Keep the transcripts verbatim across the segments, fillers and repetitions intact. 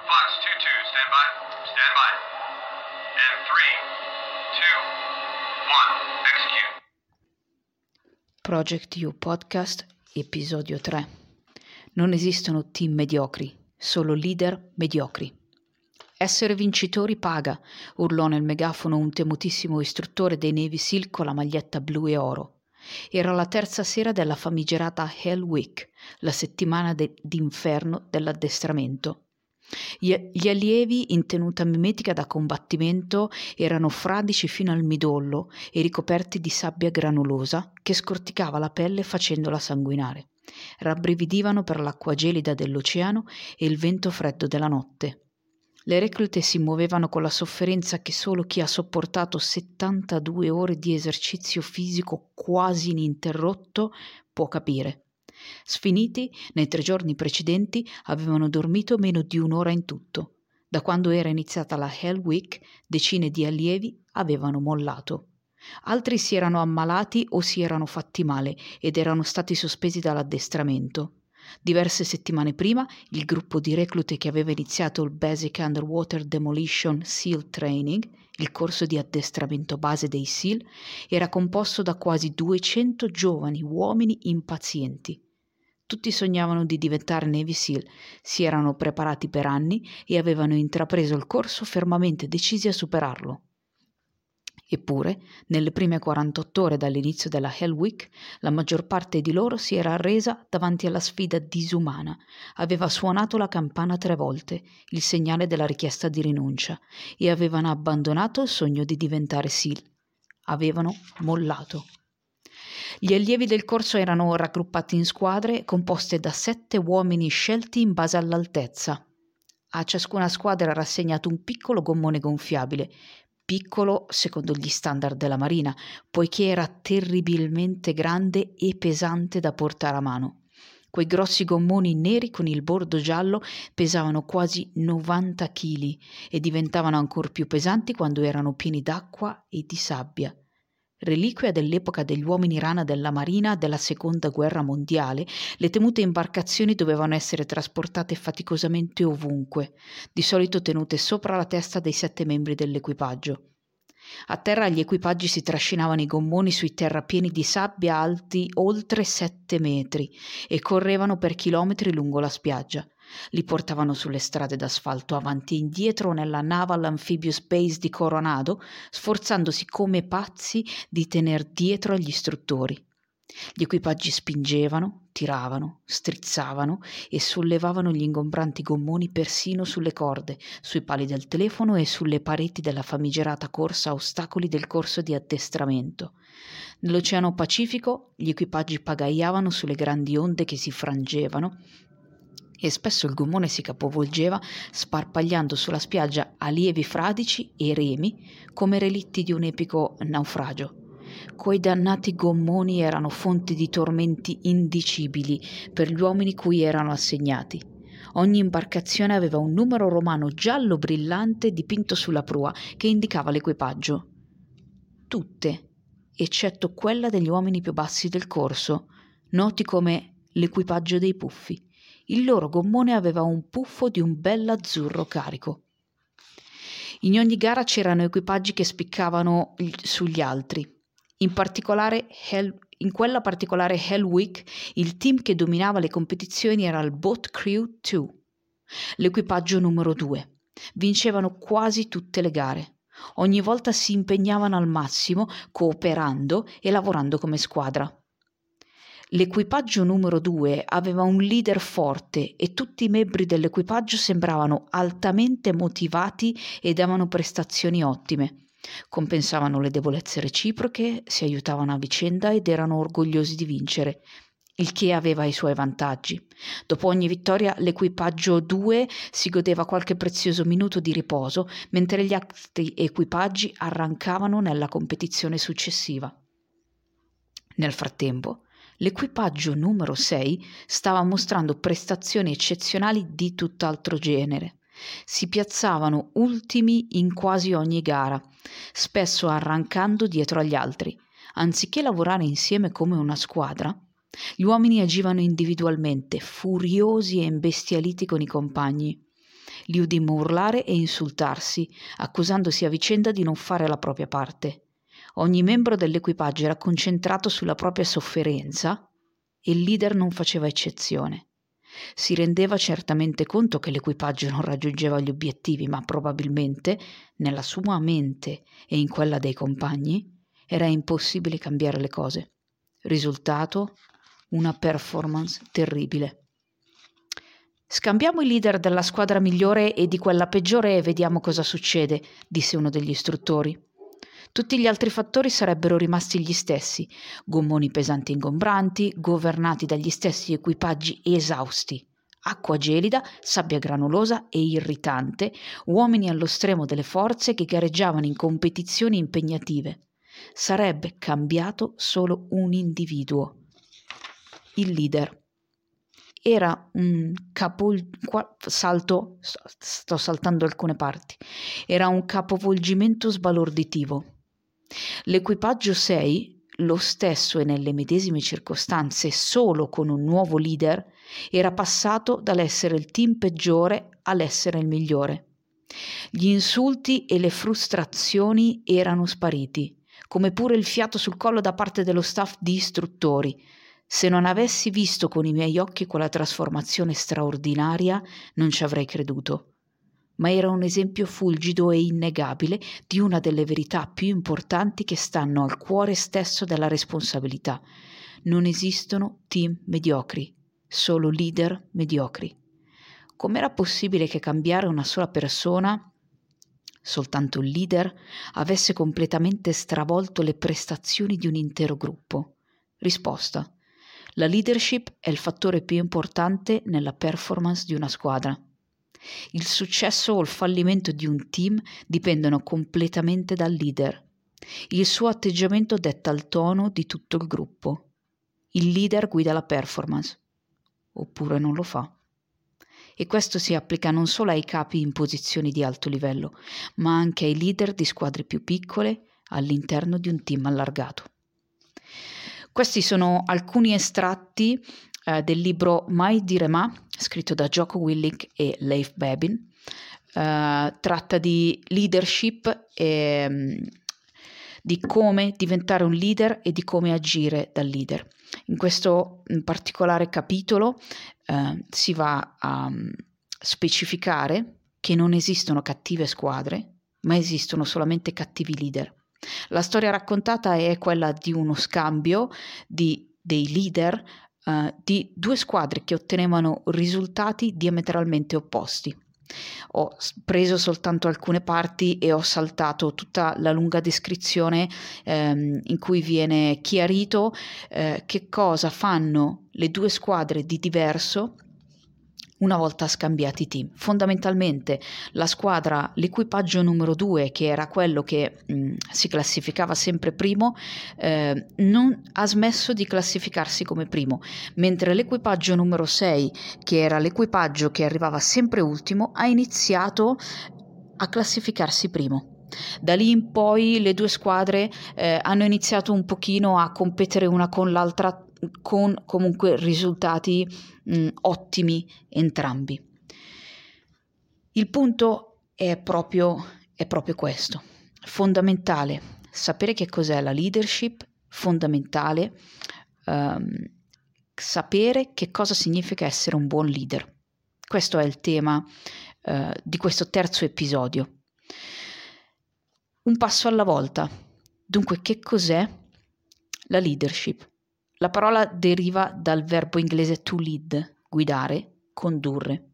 Fox two two, stand by. Stand by. And three, two, one, execute. Project U Podcast, episodio tre. Non esistono team mediocri, solo leader mediocri. Essere vincitori paga, urlò nel megafono un temutissimo istruttore dei Navy SEAL con la maglietta blu e oro. Era la terza sera della famigerata Hell Week, la settimana de- d'inferno dell'addestramento. Gli, gli allievi in tenuta mimetica da combattimento erano fradici fino al midollo e ricoperti di sabbia granulosa che scorticava la pelle facendola sanguinare. Rabbrividivano per l'acqua gelida dell'oceano e il vento freddo della notte. Le reclute si muovevano con la sofferenza che solo chi ha sopportato settantadue ore di esercizio fisico quasi ininterrotto può capire. Sfiniti, nei tre giorni precedenti avevano dormito meno di un'ora in tutto. Da quando era iniziata la Hell Week, decine di allievi avevano mollato. Altri si erano ammalati o si erano fatti male ed erano stati sospesi dall'addestramento. Diverse settimane prima, il gruppo di reclute che aveva iniziato il Basic Underwater Demolition SEAL Training, il corso di addestramento base dei SEAL, era composto da quasi duecento giovani uomini impazienti. Tutti sognavano di diventare Navy SEAL, si erano preparati per anni e avevano intrapreso il corso fermamente decisi a superarlo. Eppure, nelle prime quarantotto ore dall'inizio della Hell Week, la maggior parte di loro si era arresa davanti alla sfida disumana. Aveva suonato la campana tre volte, il segnale della richiesta di rinuncia, e avevano abbandonato il sogno di diventare SEAL. Avevano mollato. Gli allievi del corso erano raggruppati in squadre composte da sette uomini scelti in base all'altezza. A ciascuna squadra era assegnato un piccolo gommone gonfiabile, piccolo secondo gli standard della Marina, poiché era terribilmente grande e pesante da portare a mano. Quei grossi gommoni neri con il bordo giallo pesavano quasi novanta chili e diventavano ancor più pesanti quando erano pieni d'acqua e di sabbia. Reliquia dell'epoca degli uomini rana della Marina della Seconda Guerra Mondiale, le temute imbarcazioni dovevano essere trasportate faticosamente ovunque, di solito tenute sopra la testa dei sette membri dell'equipaggio. A terra gli equipaggi si trascinavano i gommoni sui terrapieni di sabbia alti oltre sette metri e correvano per chilometri lungo la spiaggia. Li portavano sulle strade d'asfalto avanti e indietro nella Naval Amphibious Base di Coronado, sforzandosi come pazzi di tener dietro agli istruttori. Gli equipaggi spingevano, tiravano, strizzavano e sollevavano gli ingombranti gommoni persino sulle corde, sui pali del telefono e sulle pareti della famigerata corsa a ostacoli del corso di addestramento. Nell'Oceano Pacifico gli equipaggi pagaiavano sulle grandi onde che si frangevano e spesso il gommone si capovolgeva sparpagliando sulla spiaggia allievi fradici e remi come relitti di un epico naufragio. Quei dannati gommoni erano fonte di tormenti indicibili per gli uomini cui erano assegnati. Ogni imbarcazione aveva un numero romano giallo brillante dipinto sulla prua che indicava l'equipaggio. Tutte, eccetto quella degli uomini più bassi del corso, noti come l'equipaggio dei puffi. Il loro gommone aveva un puffo di un bell'azzurro carico. In ogni gara c'erano equipaggi che spiccavano sugli altri. In particolare, Hell, in quella particolare Hell Week, il team che dominava le competizioni era il Boat Crew due, l'equipaggio numero due. Vincevano quasi tutte le gare. Ogni volta si impegnavano al massimo, cooperando e lavorando come squadra. L'equipaggio numero due aveva un leader forte e tutti i membri dell'equipaggio sembravano altamente motivati e davano prestazioni ottime. Compensavano le debolezze reciproche, si aiutavano a vicenda ed erano orgogliosi di vincere, il che aveva i suoi vantaggi. Dopo ogni vittoria l'equipaggio due si godeva qualche prezioso minuto di riposo, mentre gli altri equipaggi arrancavano nella competizione successiva. Nel frattempo, l'equipaggio numero sei stava mostrando prestazioni eccezionali di tutt'altro genere. Si piazzavano ultimi in quasi ogni gara, spesso arrancando dietro agli altri. Anziché lavorare insieme come una squadra, gli uomini agivano individualmente, furiosi e imbestialiti con i compagni. Li udimmo urlare e insultarsi, accusandosi a vicenda di non fare la propria parte. Ogni membro dell'equipaggio era concentrato sulla propria sofferenza e il leader non faceva eccezione. Si rendeva certamente conto che l'equipaggio non raggiungeva gli obiettivi, ma probabilmente, nella sua mente e in quella dei compagni, era impossibile cambiare le cose. Risultato? Una performance terribile. «Scambiamo i leader della squadra migliore e di quella peggiore e vediamo cosa succede», disse uno degli istruttori. Tutti gli altri fattori sarebbero rimasti gli stessi: gommoni pesanti e ingombranti, governati dagli stessi equipaggi esausti, acqua gelida, sabbia granulosa e irritante, uomini allo stremo delle forze che gareggiavano in competizioni impegnative. Sarebbe cambiato solo un individuo: il leader. Era un capol... qua, salto, sto saltando alcune parti, era un capovolgimento sbalorditivo. L'equipaggio sei, lo stesso e nelle medesime circostanze, solo con un nuovo leader, era passato dall'essere il team peggiore all'essere il migliore. Gli insulti e le frustrazioni erano spariti, come pure il fiato sul collo da parte dello staff di istruttori. Se non avessi visto con i miei occhi quella trasformazione straordinaria, non ci avrei creduto. Ma era un esempio fulgido e innegabile di una delle verità più importanti che stanno al cuore stesso della responsabilità. Non esistono team mediocri, solo leader mediocri. Com'era possibile che cambiare una sola persona, soltanto il leader, avesse completamente stravolto le prestazioni di un intero gruppo? Risposta: la leadership è il fattore più importante nella performance di una squadra. Il successo o il fallimento di un team dipendono completamente dal leader. Il suo atteggiamento detta il tono di tutto il gruppo. Il leader guida la performance, oppure non lo fa. E questo si applica non solo ai capi in posizioni di alto livello, ma anche ai leader di squadre più piccole all'interno di un team allargato. Questi sono alcuni estratti eh, del libro Mai dire ma, scritto da Jocko Willink e Leif Babin. Eh, tratta di leadership e di come diventare un leader e di come agire da leader. In questo in particolare capitolo eh, si va a um, specificare che non esistono cattive squadre, ma esistono solamente cattivi leader. La storia raccontata è quella di uno scambio di, dei leader uh, di due squadre che ottenevano risultati diametralmente opposti. Ho preso soltanto alcune parti e ho saltato tutta la lunga descrizione ehm, in cui viene chiarito eh, che cosa fanno le due squadre di diverso una volta scambiati i team. Fondamentalmente la squadra, l'equipaggio numero due, che era quello che mh, si classificava sempre primo, eh, non ha smesso di classificarsi come primo, mentre l'equipaggio numero sei, che era l'equipaggio che arrivava sempre ultimo, ha iniziato a classificarsi primo. Da lì in poi le due squadre eh, hanno iniziato un pochino a competere una con l'altra, con comunque risultati mh, ottimi entrambi. Il punto è proprio, è proprio questo: fondamentale sapere che cos'è la leadership, fondamentale um, sapere che cosa significa essere un buon leader. Questo è il tema uh, di questo terzo episodio. Un passo alla volta. Dunque, che cos'è la leadership? La parola deriva dal verbo inglese to lead, guidare, condurre.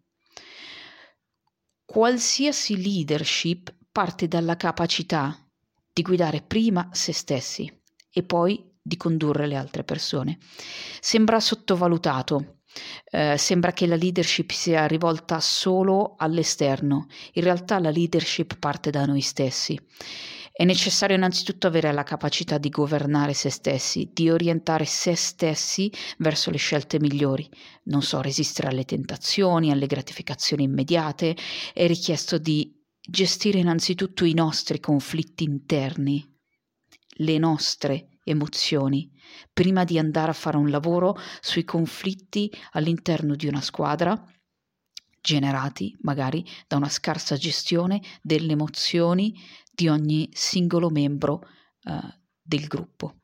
Qualsiasi leadership parte dalla capacità di guidare prima se stessi e poi di condurre le altre persone. Sembra sottovalutato, eh, sembra che la leadership sia rivolta solo all'esterno. In realtà la leadership parte da noi stessi. È necessario innanzitutto avere la capacità di governare se stessi, di orientare se stessi verso le scelte migliori. Non so, resistere alle tentazioni, alle gratificazioni immediate. È richiesto di gestire innanzitutto i nostri conflitti interni, le nostre emozioni, prima di andare a fare un lavoro sui conflitti all'interno di una squadra, generati magari da una scarsa gestione delle emozioni di ogni singolo membro eh, del gruppo.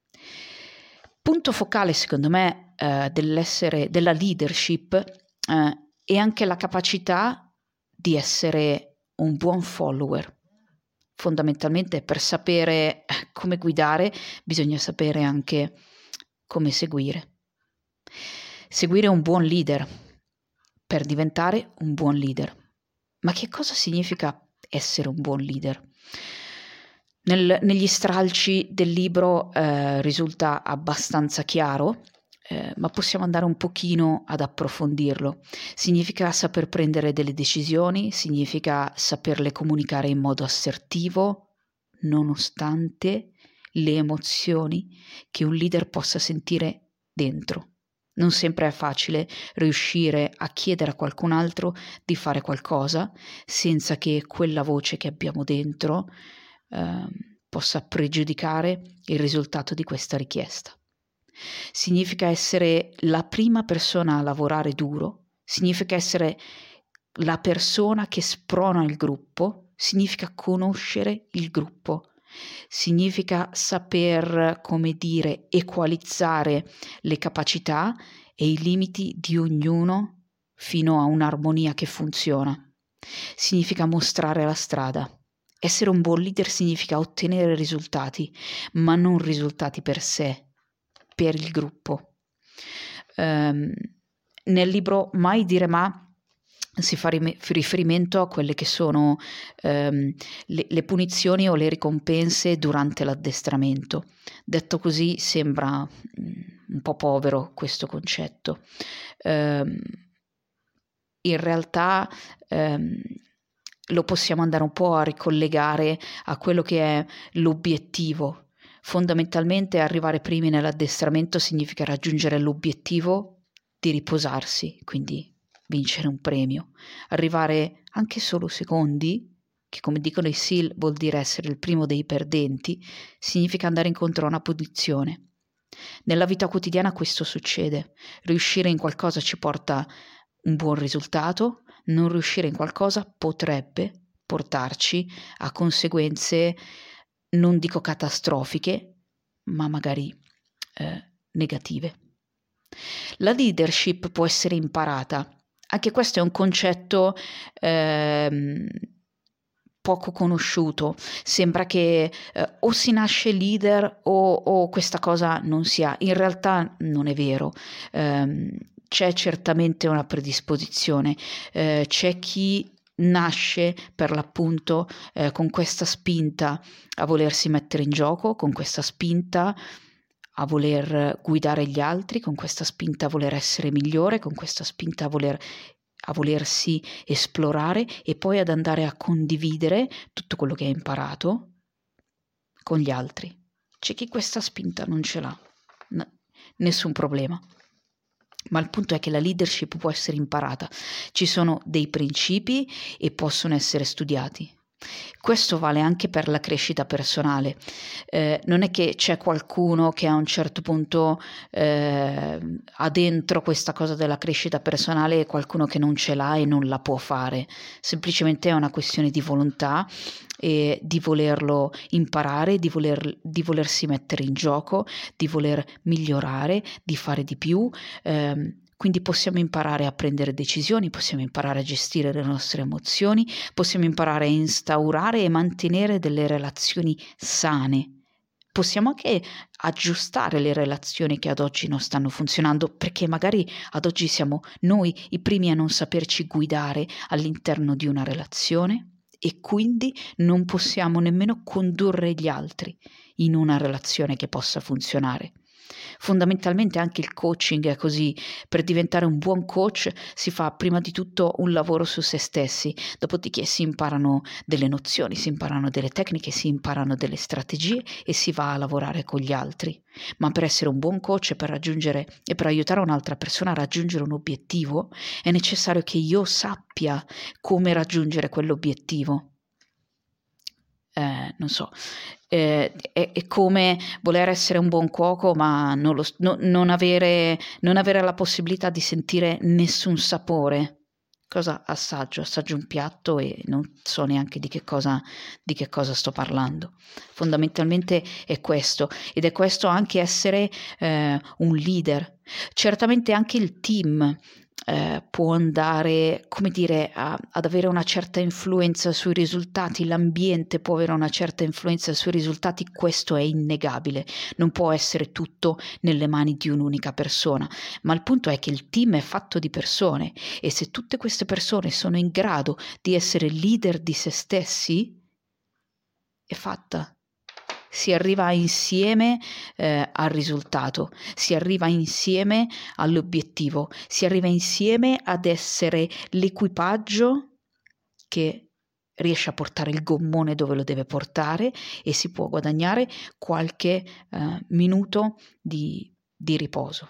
Punto focale, secondo me, eh, dell'essere, della leadership eh, è anche la capacità di essere un buon follower. Fondamentalmente, per sapere come guidare bisogna sapere anche come seguire. Seguire un buon leader per diventare un buon leader. Ma che cosa significa essere un buon leader? Nel, negli stralci del libro eh, risulta abbastanza chiaro, eh, ma possiamo andare un pochino ad approfondirlo. Significa saper prendere delle decisioni, significa saperle comunicare in modo assertivo, nonostante le emozioni che un leader possa sentire dentro. Non sempre è facile riuscire a chiedere a qualcun altro di fare qualcosa senza che quella voce che abbiamo dentro eh, possa pregiudicare il risultato di questa richiesta. Significa essere la prima persona a lavorare duro, significa essere la persona che sprona il gruppo, significa conoscere il gruppo. Significa saper, come dire, equalizzare le capacità e i limiti di ognuno fino a un'armonia che funziona. Significa mostrare la strada. Essere un buon leader significa ottenere risultati, ma non risultati per sé, per il gruppo. Um, nel libro Mai dire ma si fa riferimento a quelle che sono ehm, le, le punizioni o le ricompense durante l'addestramento. Detto così sembra mm, un po' povero questo concetto. Ehm, in realtà ehm, lo possiamo andare un po' a ricollegare a quello che è l'obiettivo. Fondamentalmente arrivare primi nell'addestramento significa raggiungere l'obiettivo di riposarsi, quindi vincere un premio. Arrivare anche solo secondi, che come dicono i S E A L vuol dire essere il primo dei perdenti, significa andare incontro a una punizione. Nella vita quotidiana questo succede. Riuscire in qualcosa ci porta un buon risultato, non riuscire in qualcosa potrebbe portarci a conseguenze, non dico catastrofiche, ma magari eh, negative. La leadership può essere imparata. Anche questo è un concetto ehm, poco conosciuto. Sembra che eh, o si nasce leader o, o questa cosa non si ha. In realtà non è vero. Um, c'è certamente una predisposizione. Uh, c'è chi nasce per l'appunto eh, con questa spinta a volersi mettere in gioco, con questa spinta a voler guidare gli altri, con questa spinta a voler essere migliore, con questa spinta a voler a volersi esplorare e poi ad andare a condividere tutto quello che ha imparato con gli altri. C'è chi questa spinta non ce l'ha, no, nessun problema. Ma il punto è che la leadership può essere imparata. Ci sono dei principi e possono essere studiati. Questo vale anche per la crescita personale. Eh, non è che c'è qualcuno che a un certo punto eh, ha dentro questa cosa della crescita personale e qualcuno che non ce l'ha e non la può fare. Semplicemente è una questione di volontà e di volerlo imparare, di, voler, di volersi mettere in gioco, di voler migliorare, di fare di più. Eh, Quindi possiamo imparare a prendere decisioni, possiamo imparare a gestire le nostre emozioni, possiamo imparare a instaurare e mantenere delle relazioni sane. Possiamo anche aggiustare le relazioni che ad oggi non stanno funzionando, perché magari ad oggi siamo noi i primi a non saperci guidare all'interno di una relazione e quindi non possiamo nemmeno condurre gli altri in una relazione che possa funzionare. Fondamentalmente anche il coaching è così. Per diventare un buon coach si fa prima di tutto un lavoro su se stessi, dopodiché si imparano delle nozioni, si imparano delle tecniche, si imparano delle strategie e si va a lavorare con gli altri. Ma per essere un buon coach e per raggiungere e per aiutare un'altra persona a raggiungere un obiettivo è necessario che io sappia come raggiungere quell'obiettivo. Eh, non so, eh, è, è come voler essere un buon cuoco ma non, lo, no, non, avere, non avere la possibilità di sentire nessun sapore. Cosa assaggio? Assaggio un piatto e non so neanche di che cosa, di che cosa sto parlando. Fondamentalmente è questo, ed è questo anche essere eh, un leader. Certamente anche il team eh, può andare, come dire, a, ad avere una certa influenza sui risultati, l'ambiente può avere una certa influenza sui risultati, questo è innegabile, non può essere tutto nelle mani di un'unica persona, ma il punto è che il team è fatto di persone e se tutte queste persone sono in grado di essere leader di se stessi, è fatta. Si arriva insieme eh, al risultato, si arriva insieme all'obiettivo, si arriva insieme ad essere l'equipaggio che riesce a portare il gommone dove lo deve portare e si può guadagnare qualche eh, minuto di, di riposo.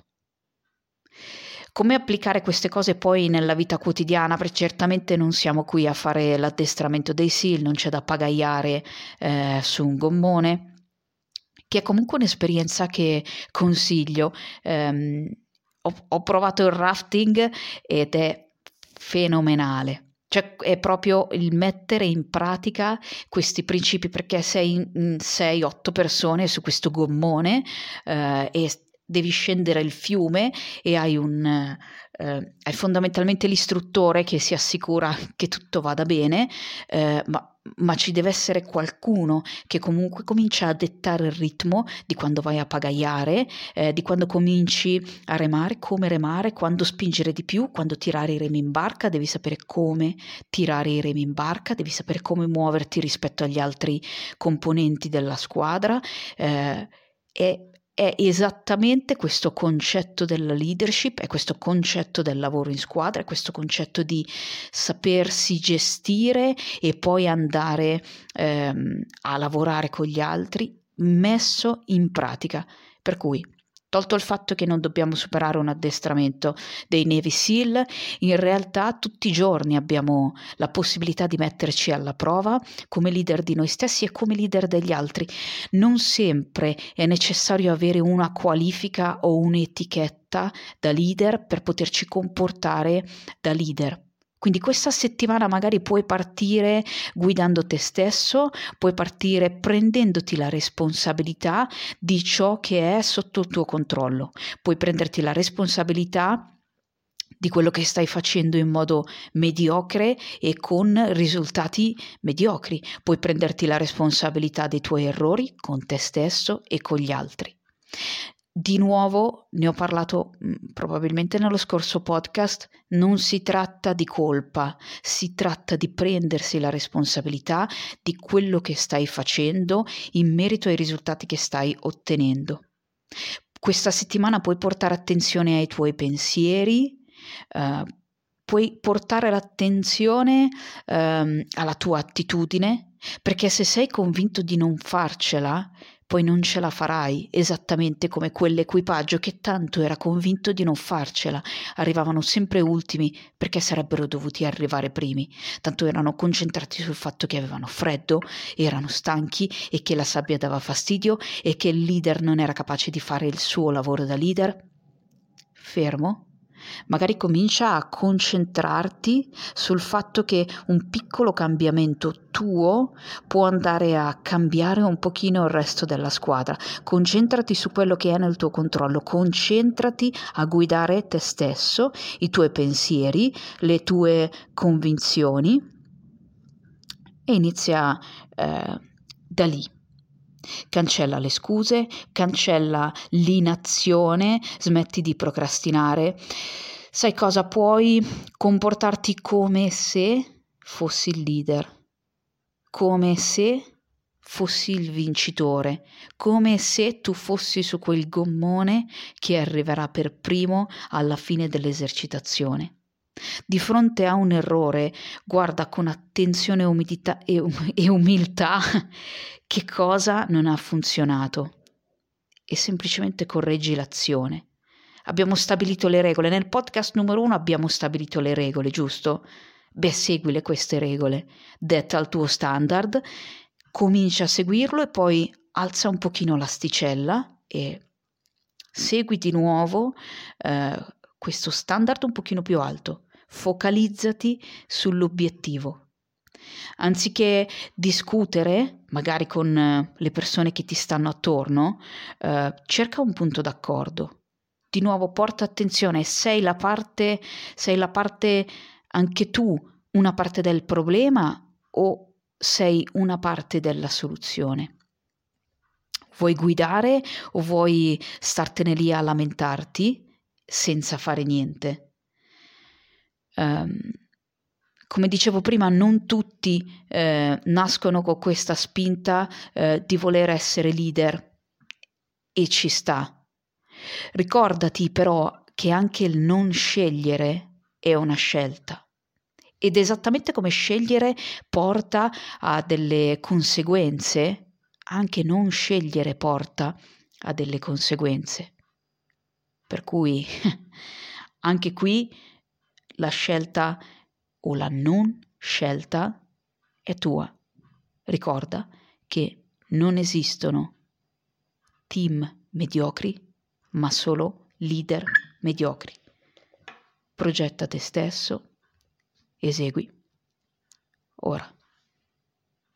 Come applicare queste cose poi nella vita quotidiana? Perché certamente non siamo qui a fare l'addestramento dei S E A L, non c'è da pagaiare eh, su un gommone, che è comunque un'esperienza che consiglio. Um, ho, ho provato il rafting ed è fenomenale. Cioè è proprio il mettere in pratica questi principi, perché sei in sei otto persone su questo gommone eh, e devi scendere il fiume e hai un eh, hai fondamentalmente l'istruttore che si assicura che tutto vada bene, eh, ma ma ci deve essere qualcuno che comunque comincia a dettare il ritmo di quando vai a pagaiare, eh, di quando cominci a remare, come remare, quando spingere di più, quando tirare i remi in barca, devi sapere come tirare i remi in barca, devi sapere come muoverti rispetto agli altri componenti della squadra, eh, e è esattamente questo concetto della leadership, è questo concetto del lavoro in squadra, è questo concetto di sapersi gestire e poi andare ehm, a lavorare con gli altri messo in pratica. Per cui, tolto il fatto che non dobbiamo superare un addestramento dei Navy S E A L, in realtà tutti i giorni abbiamo la possibilità di metterci alla prova come leader di noi stessi e come leader degli altri. Non sempre è necessario avere una qualifica o un'etichetta da leader per poterci comportare da leader. Quindi questa settimana magari puoi partire guidando te stesso, puoi partire prendendoti la responsabilità di ciò che è sotto il tuo controllo, puoi prenderti la responsabilità di quello che stai facendo in modo mediocre e con risultati mediocri, puoi prenderti la responsabilità dei tuoi errori con te stesso e con gli altri. Di nuovo, ne ho parlato mh, probabilmente nello scorso podcast, non si tratta di colpa, si tratta di prendersi la responsabilità di quello che stai facendo in merito ai risultati che stai ottenendo. Questa settimana puoi portare attenzione ai tuoi pensieri, uh, puoi portare l'attenzione um, alla tua attitudine, perché se sei convinto di non farcela, poi non ce la farai, esattamente come quell'equipaggio che tanto era convinto di non farcela. Arrivavano sempre ultimi perché sarebbero dovuti arrivare primi, tanto erano concentrati sul fatto che avevano freddo, erano stanchi e che la sabbia dava fastidio e che il leader non era capace di fare il suo lavoro da leader. Fermo. Magari comincia a concentrarti sul fatto che un piccolo cambiamento tuo può andare a cambiare un pochino il resto della squadra. Concentrati su quello che è nel tuo controllo, concentrati a guidare te stesso, i tuoi pensieri, le tue convinzioni e inizia eh, da lì. Cancella le scuse, cancella l'inazione, smetti di procrastinare. Sai cosa? Puoi comportarti come se fossi il leader, come se fossi il vincitore, come se tu fossi su quel gommone che arriverà per primo alla fine dell'esercitazione. Di fronte a un errore, guarda con attenzione umidità e, um- e umiltà che cosa non ha funzionato e semplicemente correggi l'azione. Abbiamo stabilito le regole. Nel podcast numero uno abbiamo stabilito le regole, giusto? Beh, seguile queste regole, detta il tuo standard, comincia a seguirlo e poi alza un pochino l'asticella e segui di nuovo eh, questo standard un pochino più alto. focalizzati sull'obiettivo. Anziché discutere, magari con eh, le persone che ti stanno attorno, eh, cerca un punto d'accordo. Di nuovo, porta attenzione, sei la parte, sei la parte anche tu, una parte del problema o sei una parte della soluzione? Vuoi guidare o vuoi startene lì a lamentarti senza fare niente? Um, come dicevo prima, non tutti eh, nascono con questa spinta eh, di voler essere leader e ci sta. Ricordati però che anche il non scegliere è una scelta. Ed esattamente come scegliere porta a delle conseguenze, anche non scegliere porta a delle conseguenze. Per cui anche qui la scelta o la non scelta è tua. Ricorda che non esistono team mediocri, ma solo leader mediocri. Progetta te stesso, esegui ora.